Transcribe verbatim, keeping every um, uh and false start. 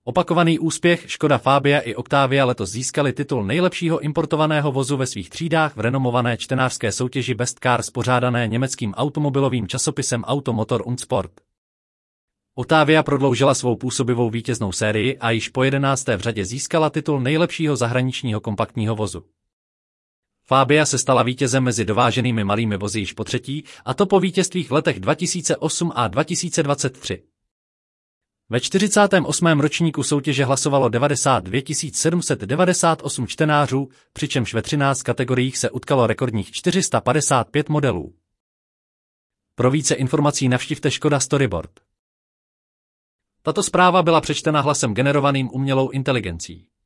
Opakovaný úspěch. Škoda Fabia i Octavia letos získali titul nejlepšího importovaného vozu ve svých třídách v renomované čtenářské soutěži Best Cars pořádané německým automobilovým časopisem Automotor und Sport. Octavia prodloužila svou působivou vítěznou sérii a již po jedenácté v řadě získala titul nejlepšího zahraničního kompaktního vozu. Fabia se stala vítězem mezi dováženými malými vozy již po třetí, a to po vítězstvích v letech dva tisíce osm a dva tisíce dvacet tři. Ve čtyřicátém osmém ročníku soutěže hlasovalo devadesát dvě tisíc sedm set devadesát osm čtenářů, přičemž ve třinácti kategoriích se utkalo rekordních čtyři sta padesát pět modelů. Pro více informací navštivte Škoda Storyboard. Tato zpráva byla přečtena hlasem generovaným umělou inteligencí.